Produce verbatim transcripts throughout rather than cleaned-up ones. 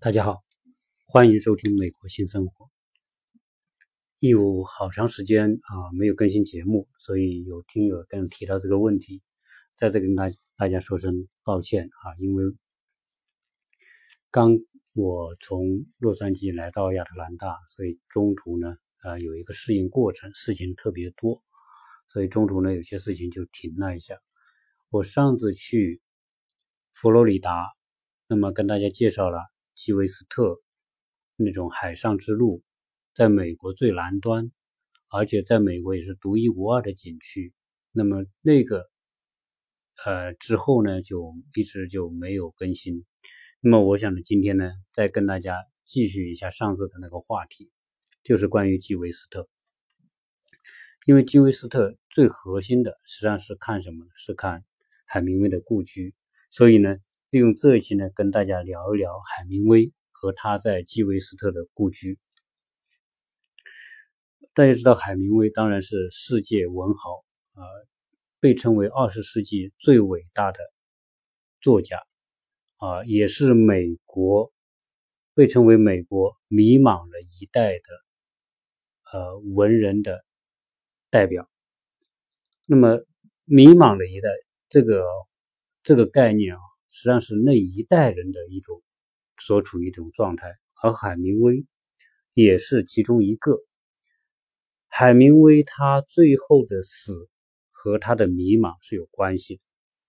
大家好，欢迎收听美国新生活。有好长时间啊没有更新节目，所以有听友跟提到这个问题，在这跟大大家说声抱歉啊，因为刚我从洛杉矶来到亚特兰大，所以中途呢呃有一个适应过程，事情特别多，所以中途呢有些事情就停了一下。我上次去佛罗里达，那么跟大家介绍了基韦斯特那种海上之路，在美国最南端，而且在美国也是独一无二的景区。那么那个呃之后呢就一直就没有更新。那么我想呢今天呢再跟大家继续一下上次的那个话题，就是关于基韦斯特。因为基韦斯特最核心的实际上是看什么呢？是看海明威的故居。所以呢利用这一期呢跟大家聊一聊海明威和他在基韦斯特的故居。大家知道海明威当然是世界文豪，呃，被称为二十世纪最伟大的作家，啊、呃，也是美国被称为美国迷茫了一代的呃文人的代表。那么迷茫了一代这个这个概念啊，实际上是那一代人的一种所处于一种状态，而海明威也是其中一个。海明威他最后的死和他的迷茫是有关系的。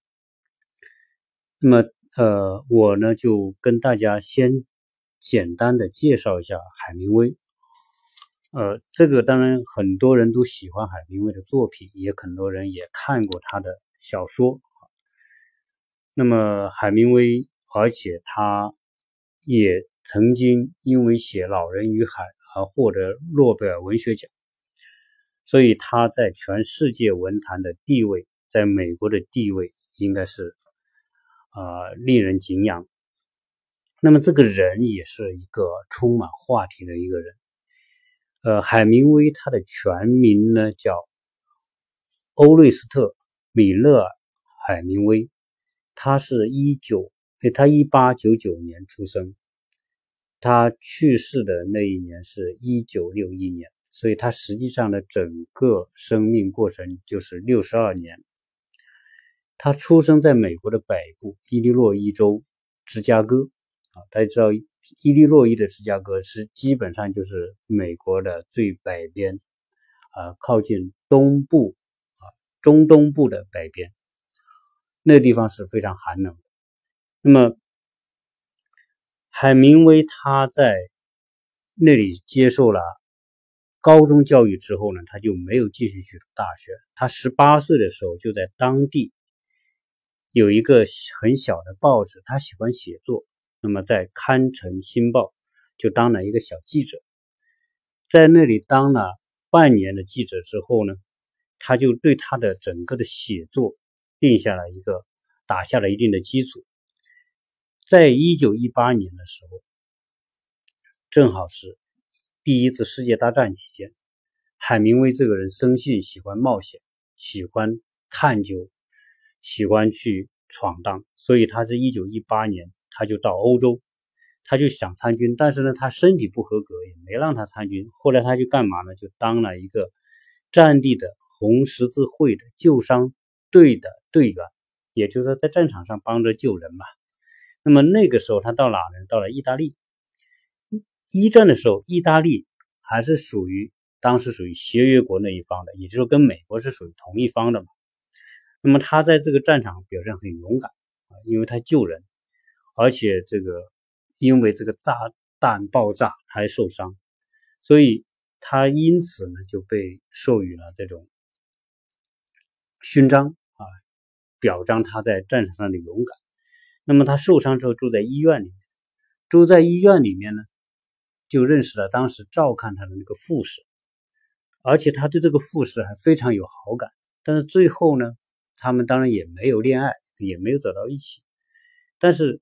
那么呃，我呢就跟大家先简单的介绍一下海明威。呃，这个当然很多人都喜欢海明威的作品，也很多人也看过他的小说。那么海明威，而且他也曾经因为写《老人与海》而获得诺贝尔文学奖。所以他在全世界文坛的地位，在美国的地位应该是呃令人敬仰。那么这个人也是一个充满话题的一个人。呃，海明威他的全名呢叫欧瑞斯特·米勒尔·海明威，他是一九他一八九九年出生，他去世的那一年是一九六一年。所以他实际上的整个生命过程就是六十二年。他出生在美国的北部伊利诺伊州芝加哥啊，大家知道伊利诺伊的芝加哥是基本上就是美国的最北边啊，靠近东部啊中东部的北边，那个地方是非常寒冷的。那么海明威他在那里接受了高中教育之后呢，他就没有继续去大学。他十八岁的时候就在当地有一个很小的报纸，他喜欢写作，那么在堪城新报就当了一个小记者。在那里当了半年的记者之后呢，他就对他的整个的写作定下了一个打下了一定的基础。在一九一八年的时候，正好是第一次世界大战期间，海明威这个人生性喜欢冒险，喜欢探究，喜欢去闯荡，所以他在一九一八年他就到欧洲，他就想参军，但是呢他身体不合格，也没让他参军。后来他就干嘛呢？就当了一个战地的红十字会的救伤队的队员，也就是说在战场上帮着救人嘛。那么那个时候他到哪呢？到了意大利。一战的时候，意大利还是属于当时属于协约国那一方的，也就是说跟美国是属于同一方的嘛。那么他在这个战场表现很勇敢啊，因为他救人，而且这个因为这个炸弹爆炸还受伤，所以他因此呢就被授予了这种勋章啊，表彰他在战场上的勇敢。那么他受伤之后住在医院里面，住在医院里面呢，就认识了当时照看他的那个护士，而且他对这个护士还非常有好感。但是最后呢，他们当然也没有恋爱，也没有走到一起。但是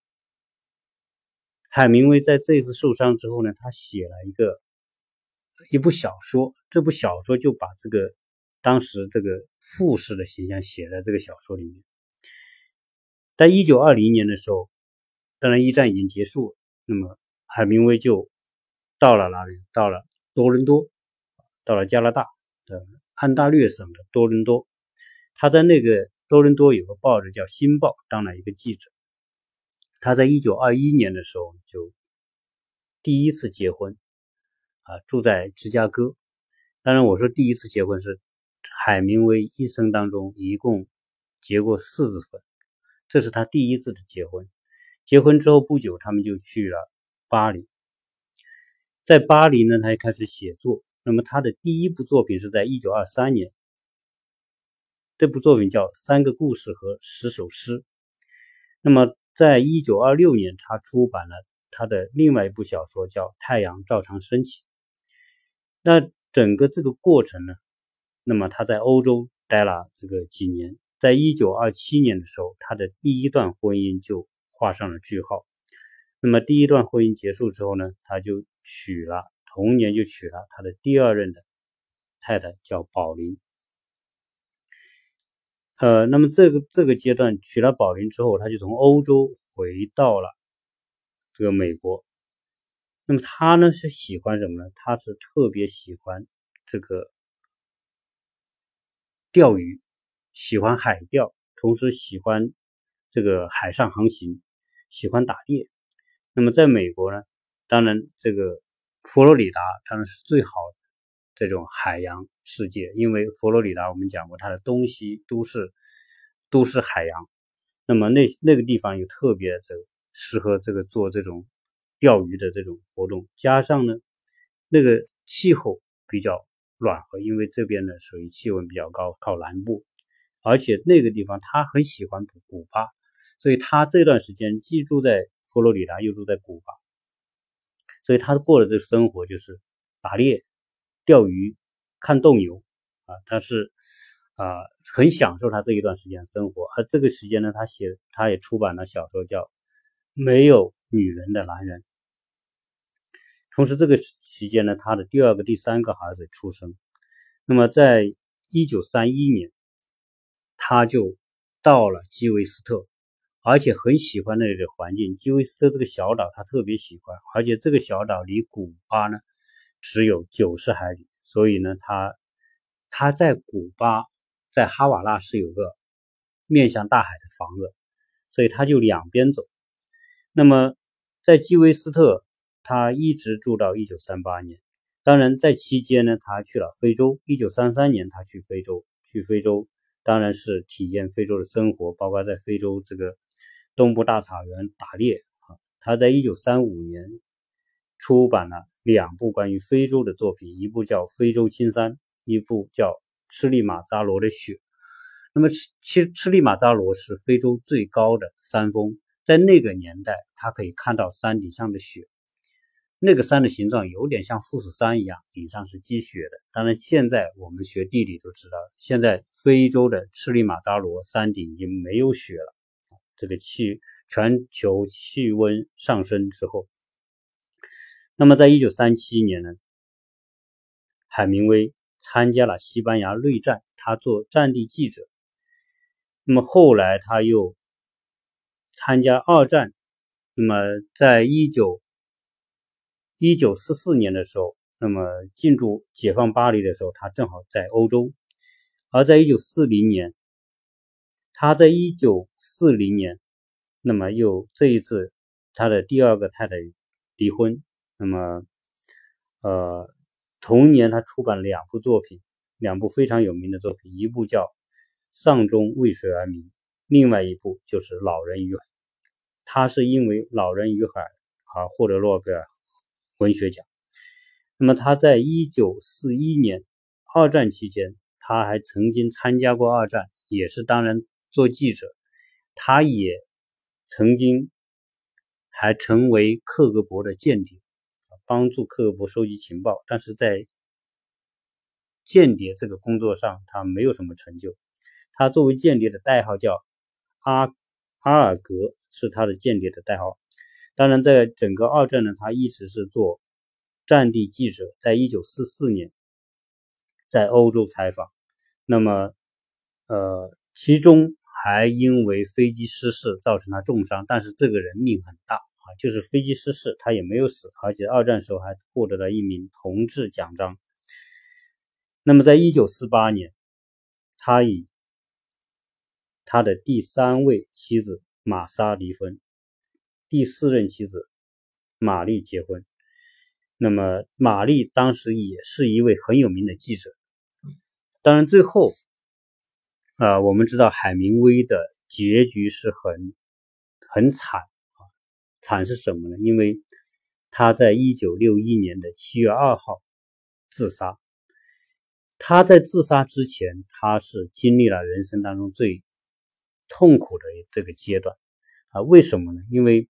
海明威在这一次受伤之后呢，他写了一个一部小说，这部小说就把这个当时这个护士的形象写在这个小说里面。在一九二零年的时候，当然一战已经结束了， 那么海明威就到了哪里？到了多伦多，到了加拿大的安大略省的多伦多。他在那个多伦多有个报纸叫《新报》，当了一个记者。他在一九二一年的时候就第一次结婚啊，住在芝加哥。当然我说第一次结婚是海明威一生当中一共结过四次婚，这是他第一次的结婚。结婚之后不久，他们就去了巴黎。在巴黎呢，他就开始写作。那么他的第一部作品是在一九二三年，这部作品叫《三个故事和十首诗》。那么在一九二六年，他出版了他的另外一部小说叫《太阳照常升起》。那整个这个过程呢，那么他在欧洲待了这个几年。在一九二七年的时候，他的第一段婚姻就画上了句号。那么第一段婚姻结束之后呢，他就娶了同年就娶了他的第二任的太太，叫宝琳。呃，那么这个这个阶段娶了宝琳之后，他就从欧洲回到了这个美国。那么他呢是喜欢什么呢？他是特别喜欢这个钓鱼，喜欢海钓，同时喜欢这个海上航行，喜欢打猎。那么在美国呢，当然这个佛罗里达当然是最好的这种海洋世界，因为佛罗里达我们讲过，它的东西都是都是海洋。那么那那个地方又特别这个适合这个做这种钓鱼的这种活动，加上呢那个气候比较暖和，因为这边呢属于气温比较高，靠南部，而且那个地方他很喜欢古巴，所以他这段时间既住在佛罗里达又住在古巴，所以他过的这个生活就是打猎、钓鱼、看斗牛啊，他是啊很享受他这一段时间生活。而这个时间呢，他写他也出版了小说叫《没有女人的男人》。同时这个期间呢，他的第二个、第三个孩子出生。那么在一九三一年，他就到了基韦斯特，而且很喜欢那里的环境。基韦斯特这个小岛他特别喜欢，而且这个小岛离古巴呢只有九十海里，所以呢他他在古巴在哈瓦那是有个面向大海的房子，所以他就两边走。那么在基韦斯特他一直住到一九三八年。当然在期间呢，他去了非洲。一九三三年他去非洲，去非洲当然是体验非洲的生活，包括在非洲这个东部大草原打猎。他在一九三五年出版了两部关于非洲的作品，一部叫《非洲青山》，一部叫《赤利马扎罗的雪》。那么赤赤利马扎罗是非洲最高的山峰，在那个年代它可以看到山顶上的雪，那个山的形状有点像富士山一样，顶上是积雪的。当然现在我们学地理都知道，现在非洲的赤利马扎罗山顶已经没有雪了。这个气全球气温上升之后，那么在一九三七年呢，海明威参加了西班牙内战，他做战地记者。那么后来他又参加二战。那么在一九一九四四年的时候，那么进驻解放巴黎的时候，他正好在欧洲。而在一九四零年，他在一九四零年，那么又这一次他的第二个太太离婚。那么呃，同年他出版了两部作品，两部非常有名的作品，一部叫《上中为谁而鸣》，另外一部就是《老人与海》。他是因为《老人与海》而获得诺贝尔文学奖。那么他在一九四一年二战期间，他还曾经参加过二战，也是当然做记者。他也曾经还成为克格勃的间谍，帮助克格勃收集情报，但是在间谍这个工作上他没有什么成就。他作为间谍的代号叫阿阿尔格，是他的间谍的代号。当然在整个二战呢，他一直是做战地记者。在一九四四年在欧洲采访，那么呃，其中还因为飞机失事造成他重伤，但是这个人命很大啊，就是飞机失事，他也没有死，而且二战时候还获得了一名同志奖章。那么在一九四八年，他与他的第三位妻子玛莎离婚，第四任妻子玛丽结婚。那么玛丽当时也是一位很有名的记者。当然最后呃，我们知道海明威的结局是很很惨啊，惨是什么呢？因为他在一九六一年的七月二号自杀。他在自杀之前，他是经历了人生当中最痛苦的这个阶段啊。为什么呢？因为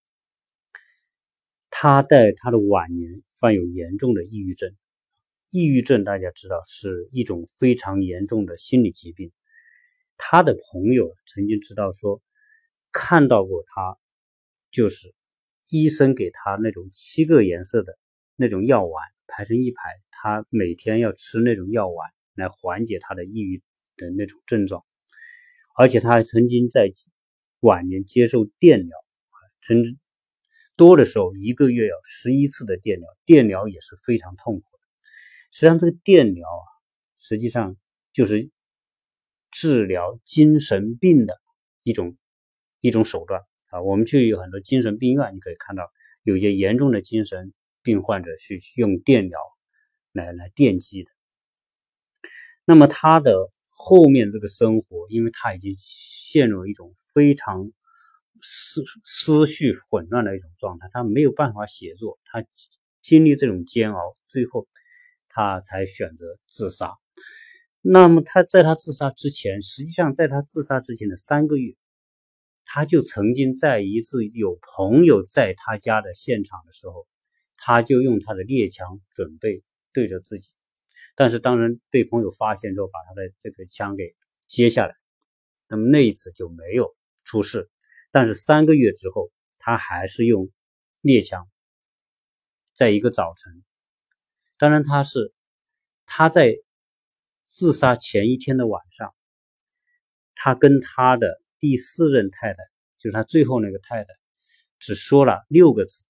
他在他的晚年患有严重的抑郁症。抑郁症大家知道是一种非常严重的心理疾病。他的朋友曾经知道说，看到过他，就是医生给他那种七个颜色的那种药丸排成一排，他每天要吃那种药丸来缓解他的抑郁的那种症状。而且他还曾经在晚年接受电疗，甚至多的时候一个月要十一次的电疗，电疗也是非常痛苦的。实际上这个电疗啊，实际上就是治疗精神病的一种一种手段啊。我们去有很多精神病院，你可以看到有些严重的精神病患者是用电疗来来电击的。那么他的后面这个生活，因为他已经陷入一种非常思思绪混乱的一种状态，他没有办法写作，他经历这种煎熬，最后他才选择自杀。那么他在他自杀之前，实际上在他自杀之前的三个月，他就曾经在一次有朋友在他家的现场的时候，他就用他的猎枪准备对着自己，但是当然被朋友发现之后，把他的这个枪给接下来，那么那一次就没有出事。但是三个月之后，他还是用猎枪，在一个早晨，当然他是他在自杀前一天的晚上，他跟他的第四任太太，就是他最后那个太太，只说了六个字。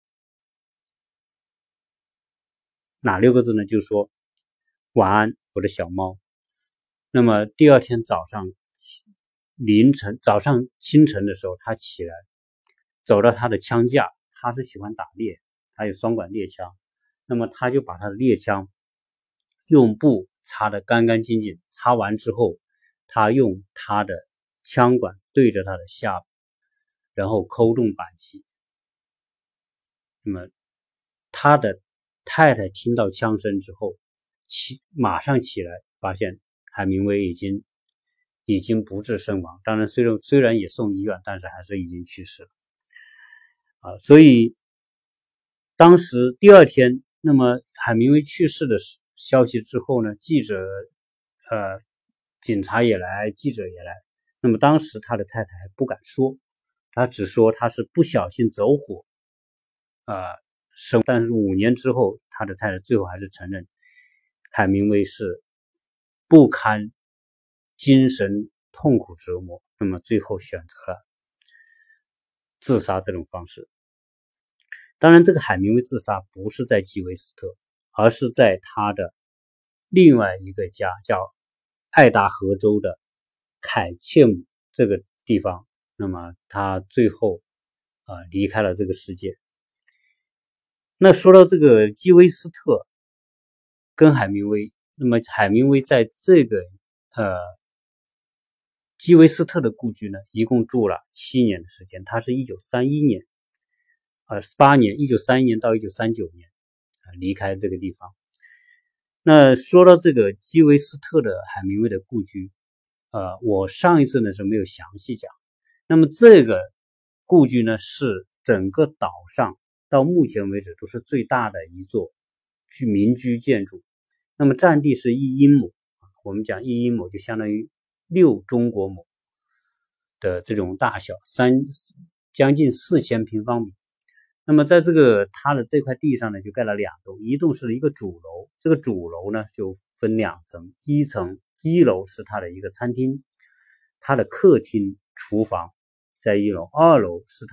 哪六个字呢？就是说晚安我的小猫。那么第二天早上凌晨早上清晨的时候，他起来走到他的枪架，他是喜欢打猎，他有双管猎枪，那么他就把他的猎枪用布擦得干干净净，擦完之后，他用他的枪管对着他的下巴，然后扣动扳机。那么他的太太听到枪声之后，起马上起来，发现海明威已经已经不治身亡。当然虽然虽然也送医院，但是还是已经去世了啊。所以当时第二天，那么海明威去世的消息之后呢，记者呃警察也来，记者也来。那么当时他的太太还不敢说，他只说他是不小心走火呃生，但是五年之后，他的太太最后还是承认海明威是不堪精神痛苦折磨，那么最后选择了自杀这种方式。当然这个海明威自杀不是在基韦斯特，而是在他的另外一个家，叫爱达荷州的凯切姆这个地方。那么他最后呃离开了这个世界。那说到这个基韦斯特跟海明威，那么海明威在这个呃基韦斯特的故居呢，一共住了七年的时间。他是一九三一年呃八年一九三一年到一九三九年、呃、离开这个地方。那说到这个基韦斯特的海明威的故居，呃我上一次呢是没有详细讲。那么这个故居呢是整个岛上到目前为止都是最大的一座民居建筑。那么占地是一英亩，我们讲一英亩就相当于六中国亩的这种大小，三将近四千平方米。那么在这个它的这块地上呢，就盖了两栋，一栋是一个主楼，这个主楼呢就分两层，一层一楼是它的一个餐厅，它的客厅厨房在一楼，二楼是它的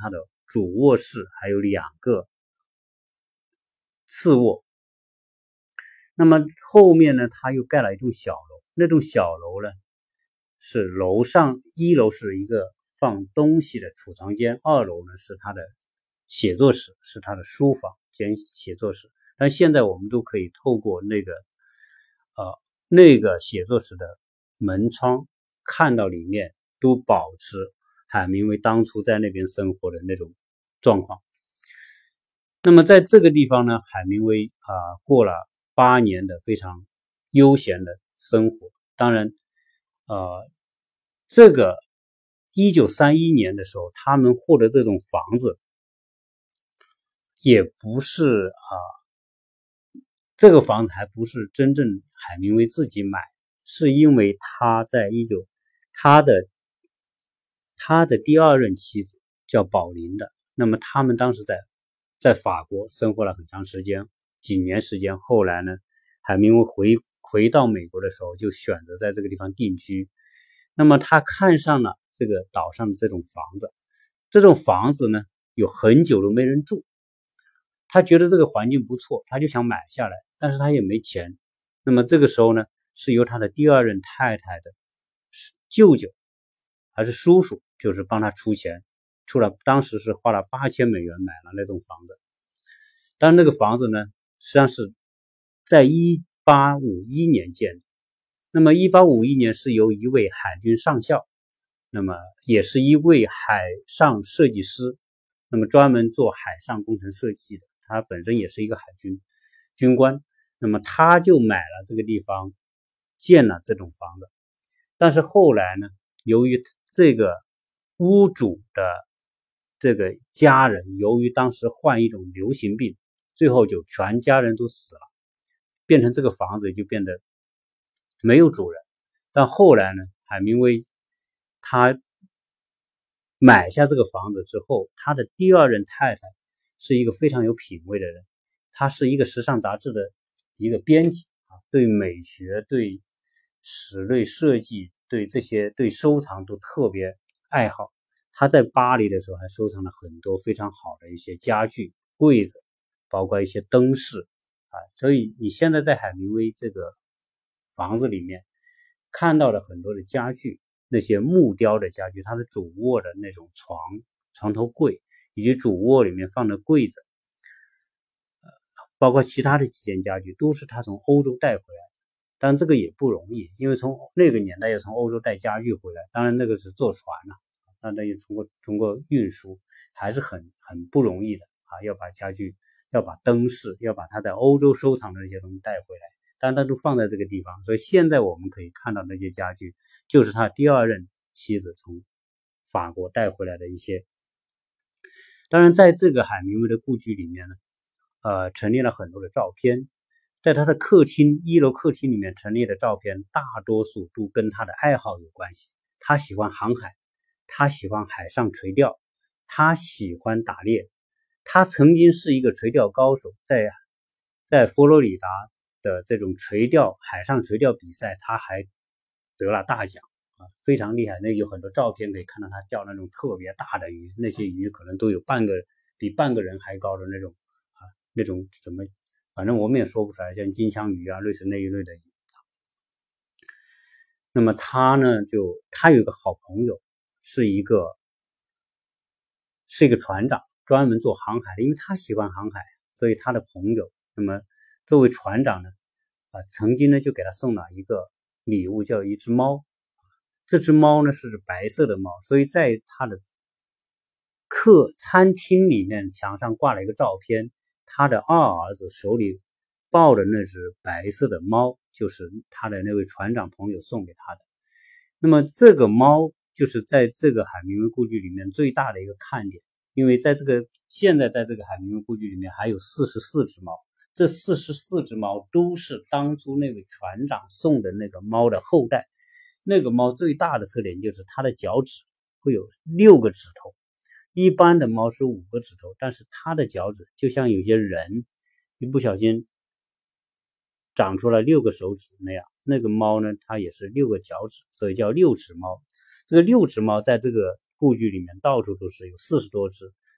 主卧室，还有两个次卧。那么后面呢，他又盖了一栋小楼，那栋小楼呢是楼上一楼是一个放东西的储藏间，二楼呢是他的写作室，是他的书房兼写作室。但现在我们都可以透过那个呃那个写作室的门窗看到里面都保持海明威当初在那边生活的那种状况。那么在这个地方呢，海明威啊、呃、过了八年的非常悠闲的生活。当然呃这个一九三一年的时候，他们获得这种房子也不是啊、呃，这个房子还不是真正海明威自己买，是因为他在一九他的他的第二任妻子叫宝琳的，那么他们当时在在法国生活了很长时间，几年时间。后来呢，海明威回回到美国的时候，就选择在这个地方定居。那么他看上了这个岛上的这种房子，这种房子呢有很久都没人住，他觉得这个环境不错，他就想买下来，但是他也没钱。那么这个时候呢，是由他的第二任太太的舅舅还是叔叔，就是帮他出钱，出了当时是花了八千美元买了那栋房子。但那个房子呢，实际上是在一八五一年建的。那么一八五一年是由一位海军上校，那么也是一位海上设计师，那么专门做海上工程设计的，他本身也是一个海军军官。那么他就买了这个地方，建了这种房子。但是后来呢，由于这个屋主的这个家人由于当时患一种流行病，最后就全家人都死了，变成这个房子就变得没有主人。但后来呢，海明威他买下这个房子之后，他的第二任太太是一个非常有品位的人，他是一个时尚杂志的一个编辑啊，对美学、对室内设计、对这些对收藏都特别爱好。他在巴黎的时候还收藏了很多非常好的一些家具、柜子，包括一些灯饰啊。所以你现在在海明威这个房子里面看到了很多的家具，那些木雕的家具，他的主卧的那种床、床头柜，以及主卧里面放的柜子，包括其他的几件家具，都是他从欧洲带回来的。但这个也不容易，因为从那个年代要从欧洲带家具回来，当然那个是坐船了、啊，那等于通过通过运输还是很很不容易的啊！要把家具、要把灯饰、要把他在欧洲收藏的那些东西带回来，但他都放在这个地方，所以现在我们可以看到那些家具，就是他第二任妻子从法国带回来的一些。当然，在这个海明威的故居里面呢，呃，陈列了很多的照片。在他的客厅，一楼客厅里面陈列的照片，大多数都跟他的爱好有关系。他喜欢航海，他喜欢海上垂钓，他喜欢打猎。他曾经是一个垂钓高手，在在佛罗里达的这种垂钓海上垂钓比赛，他还得了大奖啊，非常厉害。那有很多照片可以看到他钓那种特别大的鱼，那些鱼可能都有半个比半个人还高的那种啊，那种怎么？反正我们也说不出来，像金枪鱼啊，类似那一类的鱼。那么他呢，就他有一个好朋友，是一个是一个船长，专门做航海的，因为他喜欢航海，所以他的朋友，那么作为船长呢，啊、呃，曾经呢就给他送了一个礼物，叫一只猫。这只猫呢是白色的猫，所以在他的客餐厅里面墙上挂了一个照片。他的二儿子手里抱的那只白色的猫，就是他的那位船长朋友送给他的。那么这个猫就是在这个海明威故居里面最大的一个看点，因为在这个现在在这个海明威故居里面还有四十四只猫，这四十四只猫都是当初那位船长送的那个猫的后代。那个猫最大的特点就是它的脚趾会有六个指头。一般的猫是五个指头，但是它的脚趾就像有些人一不小心长出了六个手指那样，那个猫呢，它也是六个脚趾，所以叫六指猫。这个六指猫在这个故居里面到处都是，有四十多只。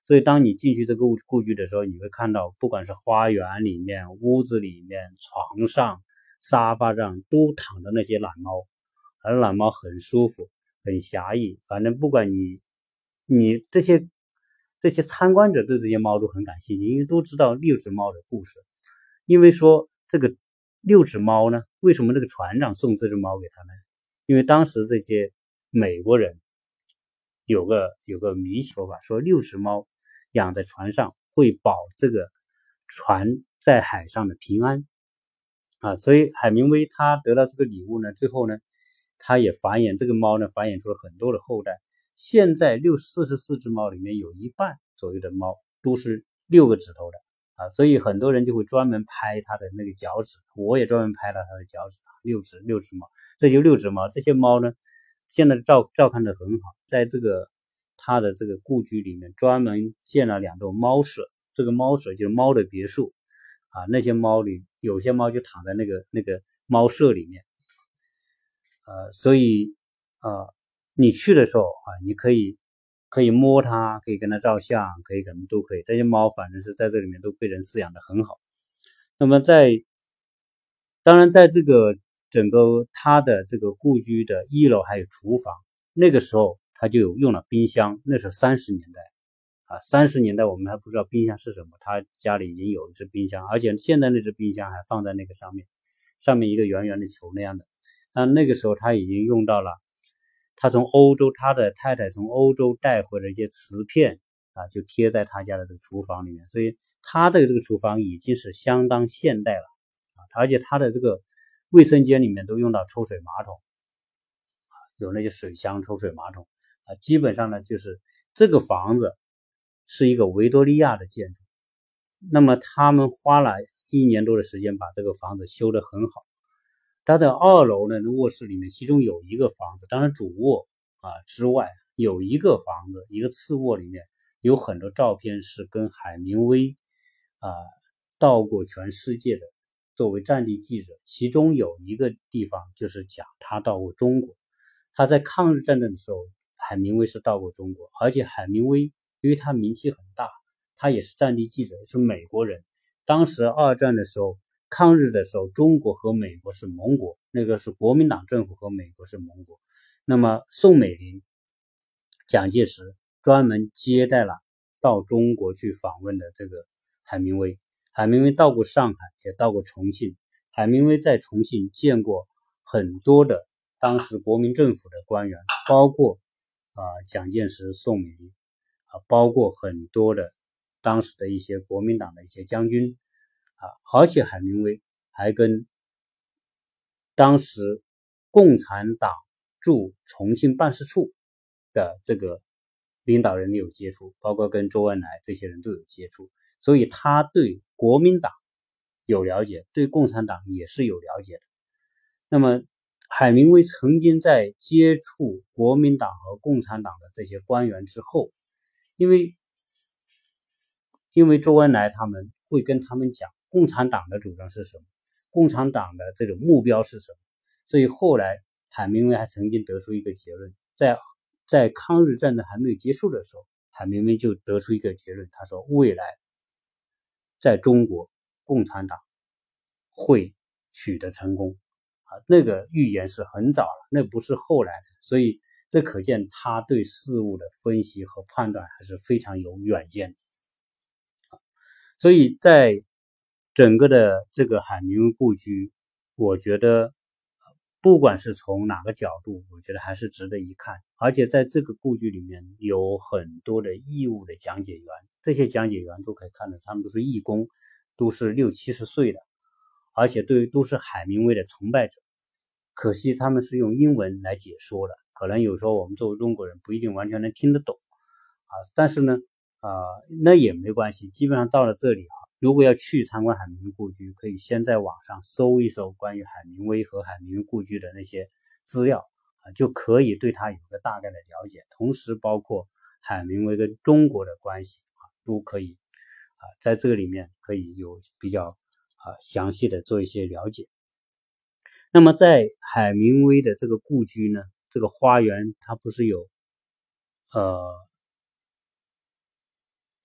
所以当你进去这个故居的时候，你会看到不管是花园里面、屋子里面、床上、沙发上都躺着那些懒猫，而懒猫很舒服很侠义，反正不管你你这些这些参观者对这些猫都很感兴趣，因为都知道六只猫的故事。因为说这个六只猫呢，为什么这个船长送这只猫给他们？因为当时这些美国人有个有个迷信说法，说六只猫养在船上会保这个船在海上的平安啊，所以海明威他得到这个礼物呢，最后呢，他也繁衍这个猫呢，繁衍出了很多的后代。现在六四十四只猫里面有一半左右的猫都是六个指头的啊，所以很多人就会专门拍它的那个脚趾，我也专门拍了它的脚趾，六只六只猫，这就六只猫。这些猫呢，现在照照看得很好，在这个他的这个故居里面专门建了两栋猫舍，这个猫舍就是猫的别墅啊，那些猫里有些猫就躺在那个那个猫舍里面，呃，所以呃，你去的时候啊，你可以可以摸它，可以跟它照相，可以可能都可以。这些猫反正是在这里面都被人饲养的很好。那么在当然在这个整个它的这个故居的一楼还有厨房，那个时候它就有用了冰箱，那是三十年代啊，三十年代我们还不知道冰箱是什么，他家里已经有一只冰箱，而且现在那只冰箱还放在那个上面，上面一个圆圆的球那样的。那那个时候他已经用到了，他从欧洲，他的太太从欧洲带回了一些瓷片啊，就贴在他家的这个厨房里面，所以他的这个厨房已经是相当现代了啊，而且他的这个卫生间里面都用到抽水马桶，有那些水箱、抽水马桶啊，基本上呢就是这个房子是一个维多利亚的建筑，那么他们花了一年多的时间把这个房子修得很好。它的二楼呢，卧室里面其中有一个房子，当然主卧啊之外有一个房子，一个次卧里面有很多照片是跟海明威啊到过全世界的，作为战地记者，其中有一个地方就是讲他到过中国，他在抗日战争的时候，海明威是到过中国，而且海明威因为他名气很大，他也是战地记者，是美国人，当时二战的时候。抗日的时候，中国和美国是盟国，那个是国民党政府和美国是盟国。那么宋美龄、蒋介石专门接待了到中国去访问的这个海明威。海明威到过上海，也到过重庆。海明威在重庆见过很多的当时国民政府的官员，包括啊、呃、蒋介石、宋美龄啊，包括很多的当时的一些国民党的一些将军。啊，而且海明威还跟当时共产党驻重庆办事处的这个领导人有接触，包括跟周恩来这些人都有接触，所以他对国民党有了解，对共产党也是有了解的。那么海明威曾经在接触国民党和共产党的这些官员之后，因为因为周恩来他们会跟他们讲共产党的主张是什么，共产党的这种目标是什么，所以后来海明威还曾经得出一个结论，在在抗日战争还没有结束的时候，海明威就得出一个结论，他说未来在中国共产党会取得成功啊，那个预言是很早了，那不是后来的，所以这可见他对事物的分析和判断还是非常有远见的。所以在整个的这个海明威故居，我觉得不管是从哪个角度，我觉得还是值得一看。而且在这个故居里面有很多的义务的讲解员，这些讲解员都可以看到，他们都是义工，都是六七十岁的，而且对都是海明威的崇拜者。可惜他们是用英文来解说的，可能有时候我们作为中国人不一定完全能听得懂啊。但是呢，啊、呃，那也没关系。基本上到了这里啊，如果要去参观海明威故居，可以先在网上搜一搜关于海明威和海明威故居的那些资料啊，就可以对他有个大概的了解。同时，包括海明威跟中国的关系啊，都可以啊，在这个里面可以有比较啊详细的做一些了解。那么在海明威的这个故居呢，这个花园它不是有呃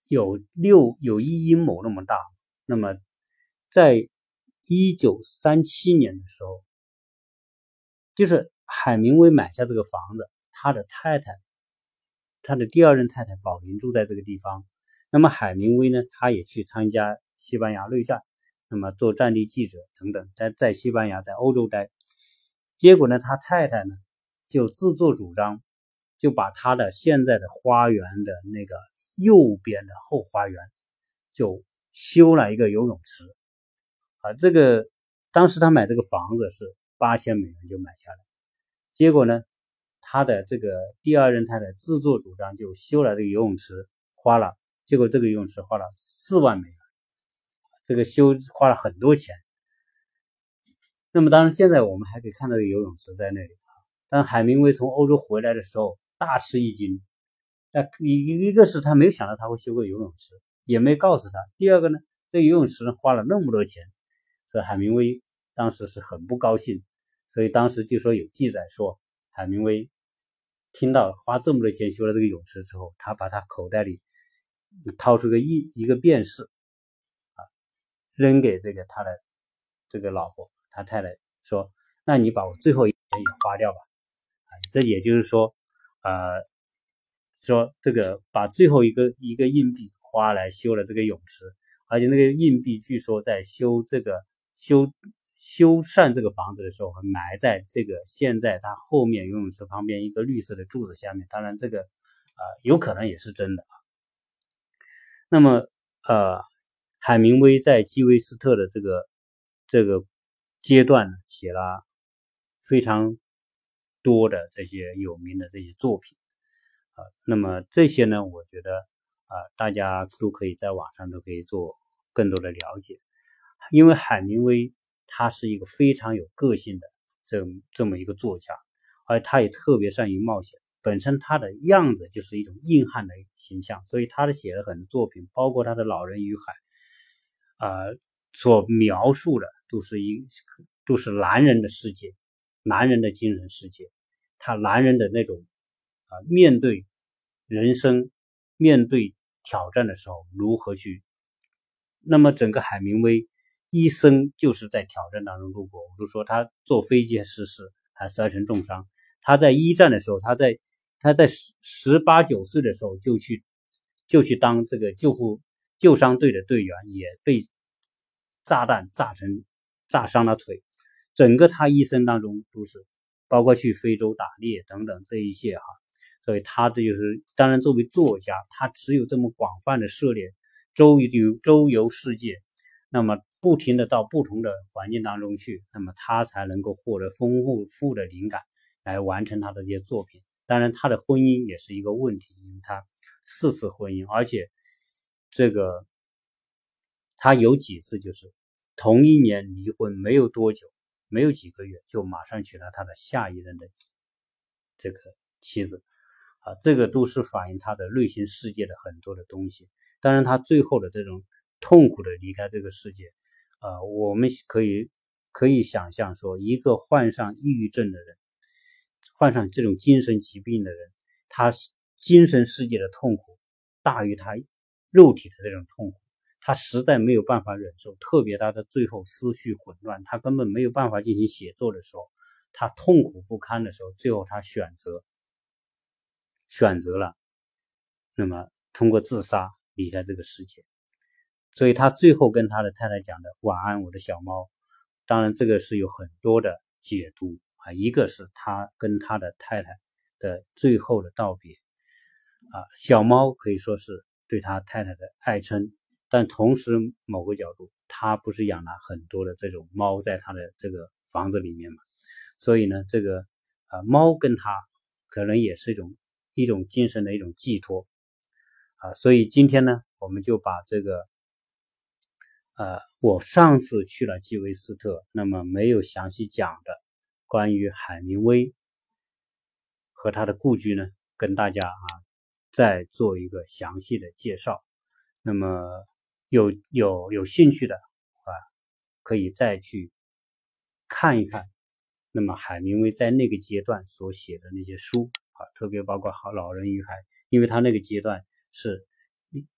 有六有一阴谋那么大。那么在一九三七年的时候，就是海明威买下这个房子，他的太太他的第二任太太宝林住在这个地方。那么海明威呢，他也去参加西班牙内战，那么做战地记者等等，在在西班牙在欧洲待。结果呢，他太太呢就自作主张，就把他的现在的花园的那个右边的后花园就修了一个游泳池啊。这个当时他买这个房子是八千美元就买下来，结果呢，他的这个第二任太太自作主张就修了这个游泳池，花了，结果这个游泳池花了四万美元，这个修花了很多钱。那么当然现在我们还可以看到这个游泳池在那里，但海明威从欧洲回来的时候大吃一惊。那一个是他没有想到他会修个游泳池，也没告诉他。第二个呢，这个游泳池花了那么多钱，所以海明威当时是很不高兴。所以当时就说有记载说，海明威听到花这么多钱修了这个泳池之后，他把他口袋里掏出个一一个便士啊，扔给这个他的这个老婆，他太太说：“那你把我最后一钱也花掉吧。”啊，这也就是说，呃，说这个把最后一个一个硬币花来修了这个泳池，而且那个硬币据说在修这个修修缮这个房子的时候，埋在这个现在它后面游泳池旁边一个绿色的柱子下面。当然，这个呃有可能也是真的。那么呃，海明威在基韦斯特的这个这个阶段写了非常多的这些有名的这些作品啊。那么这些呢，我觉得啊，大家都可以在网上都可以做更多的了解。因为海明威他是一个非常有个性的这这么一个作家，而他也特别善于冒险。本身他的样子就是一种硬汉的形象，所以他的写了很多作品，包括他的《老人与海》呃，所描述的都是一都是男人的世界，男人的精神世界，他男人的那种啊、呃，面对人生、面对挑战的时候如何去。那么整个海明威一生就是在挑战当中度过。我就说他坐飞机失事，还摔成重伤。他在一战的时候，他在他在十八九岁的时候就去就去当这个救护救伤队的队员，也被炸弹炸成炸伤了腿。整个他一生当中都是包括去非洲打猎等等这一些哈。所以他这就是当然作为作家，他只有这么广泛的涉猎，周游周游世界，那么不停的到不同的环境当中去，那么他才能够获得丰富的灵感来完成他的这些作品。当然他的婚姻也是一个问题，因为他四次婚姻，而且这个他有几次就是同一年离婚，没有多久，没有几个月就马上娶了他的下一任的这个妻子啊，这个都是反映他的内心世界的很多的东西。当然他最后的这种痛苦的离开这个世界呃，我们可以可以想象说，一个患上抑郁症的人，患上这种精神疾病的人，他精神世界的痛苦大于他肉体的这种痛苦，他实在没有办法忍受。特别他的最后思绪混乱，他根本没有办法进行写作的时候，他痛苦不堪的时候，最后他选择选择了那么通过自杀离开这个世界。所以他最后跟他的太太讲的晚安我的小猫，当然这个是有很多的解读啊。一个是他跟他的太太的最后的道别啊，小猫可以说是对他太太的爱称，但同时某个角度他不是养了很多的这种猫在他的这个房子里面嘛，所以呢这个啊猫跟他可能也是一种一种精神的一种寄托啊。所以今天呢我们就把这个呃，我上次去了基韦斯特，那么没有详细讲的关于海明威和他的故居呢，跟大家啊再做一个详细的介绍。那么有有有兴趣的啊，可以再去看一看。那么海明威在那个阶段所写的那些书啊，特别包括《好老人与海》，因为他那个阶段是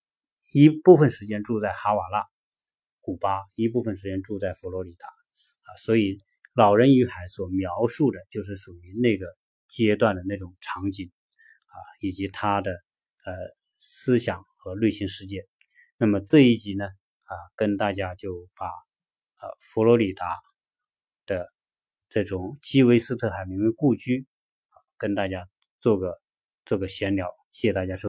一部分时间住在哈瓦那、古巴，一部分时间住在佛罗里达啊，所以《老人与海》所描述的就是属于那个阶段的那种场景啊，以及他的呃思想和内心世界。那么这一集呢啊，跟大家就把呃佛罗里达的这种基韦斯特海明威故居跟大家做个做个闲聊，谢谢大家收看。